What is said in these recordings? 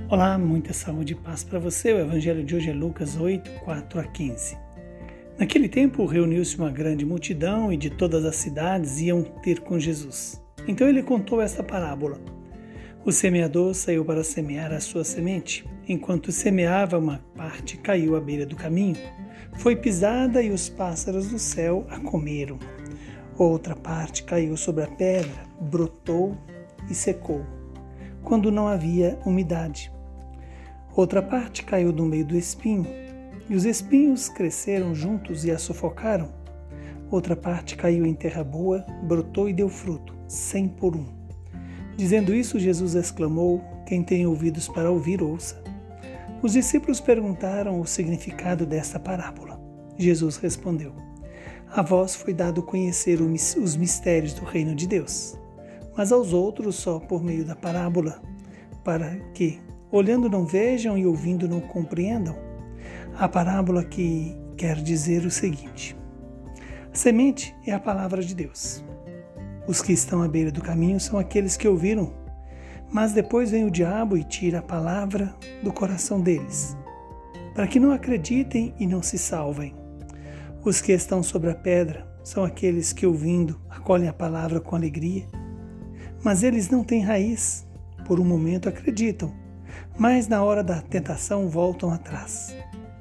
Olá, muita saúde e paz para você. O evangelho de hoje é Lucas 8, 4 a 15. Naquele tempo reuniu-se uma grande multidão e de todas as cidades iam ter com Jesus. Então ele contou esta parábola. O semeador saiu para semear a sua semente. Enquanto semeava, uma parte caiu à beira do caminho. Foi pisada e os pássaros do céu a comeram. Outra parte caiu sobre a pedra, brotou e secou, quando não havia umidade. Outra parte caiu no meio do espinho, e os espinhos cresceram juntos e a sufocaram. Outra parte caiu em terra boa, brotou e deu fruto, 100 por 1. Dizendo isso, Jesus exclamou: quem tem ouvidos para ouvir, ouça. Os discípulos perguntaram o significado desta parábola. Jesus respondeu: a vós foi dado conhecer os mistérios do reino de Deus, mas aos outros só por meio da parábola, para que, olhando não vejam e ouvindo não compreendam. A parábola que quer dizer o seguinte: a semente é a palavra de Deus. Os que estão à beira do caminho são aqueles que ouviram, mas depois vem o diabo e tira a palavra do coração deles, para que não acreditem e não se salvem. Os que estão sobre a pedra são aqueles que, ouvindo, acolhem a palavra com alegria, mas eles não têm raiz. Por um momento acreditam, mas na hora da tentação voltam atrás.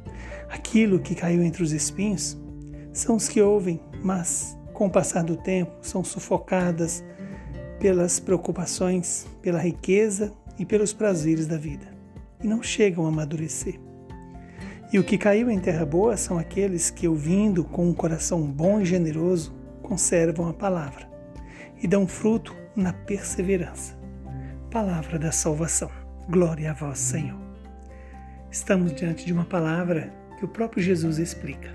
Aquilo que caiu entre os espinhos são os que ouvem, mas com o passar do tempo são sufocadas pelas preocupações, pela riqueza e pelos prazeres da vida, e não chegam a amadurecer. E o que caiu em terra boa são aqueles que, ouvindo com um coração bom e generoso, conservam a palavra e dão fruto na perseverança. Palavra da salvação. Glória a vós, Senhor. Estamos diante de uma palavra que o próprio Jesus explica.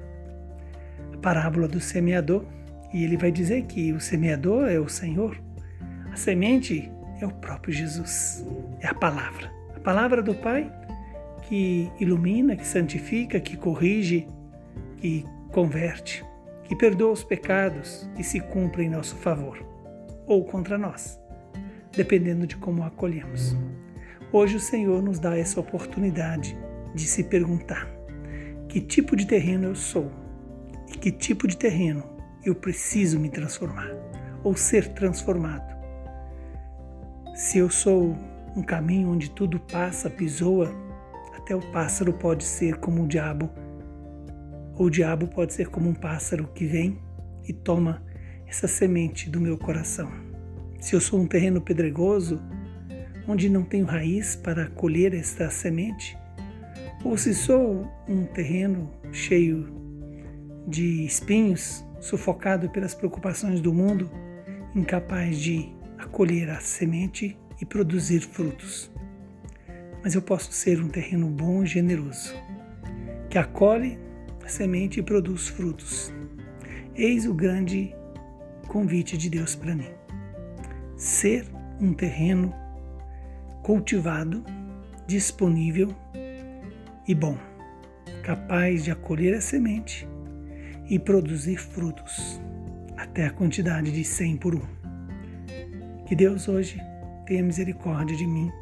A parábola do semeador, e ele vai dizer que o semeador é o Senhor. A semente é o próprio Jesus, é a palavra do Pai que ilumina, que santifica, que corrige, que converte, que perdoa os pecados e se cumpre em nosso favor ou contra nós, dependendo de como a acolhemos. Hoje o Senhor nos dá essa oportunidade de se perguntar: que tipo de terreno eu sou? E que tipo de terreno eu preciso me transformar ou ser transformado? Se eu sou um caminho onde tudo passa, pisoa, até o pássaro pode ser como o diabo, ou o diabo pode ser como um pássaro que vem e toma essa semente do meu coração. Se eu sou um terreno pedregoso, onde não tenho raiz para colher esta semente, ou se sou um terreno cheio de espinhos, sufocado pelas preocupações do mundo, incapaz de acolher a semente e produzir frutos. Mas eu posso ser um terreno bom e generoso, que acolhe a semente e produz frutos. Eis o grande convite de Deus para mim. Ser um terreno cultivado, disponível e bom, capaz de acolher a semente e produzir frutos, até a quantidade de 100 por 1. Que Deus hoje tenha misericórdia de mim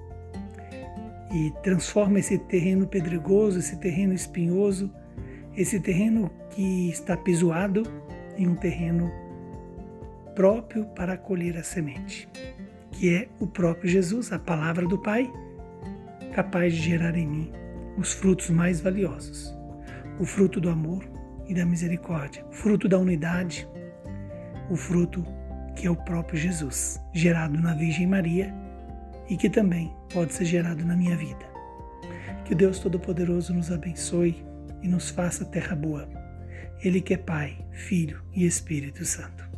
e transforma esse terreno pedregoso, esse terreno espinhoso, esse terreno que está pisoado, em um terreno próprio para acolher a semente, que é o próprio Jesus, a palavra do Pai, capaz de gerar em mim os frutos mais valiosos, o fruto do amor e da misericórdia, o fruto da unidade, o fruto que é o próprio Jesus, gerado na Virgem Maria e que também pode ser gerado na minha vida. Que o Deus Todo-Poderoso nos abençoe e nos faça terra boa. Ele que é Pai, Filho e Espírito Santo.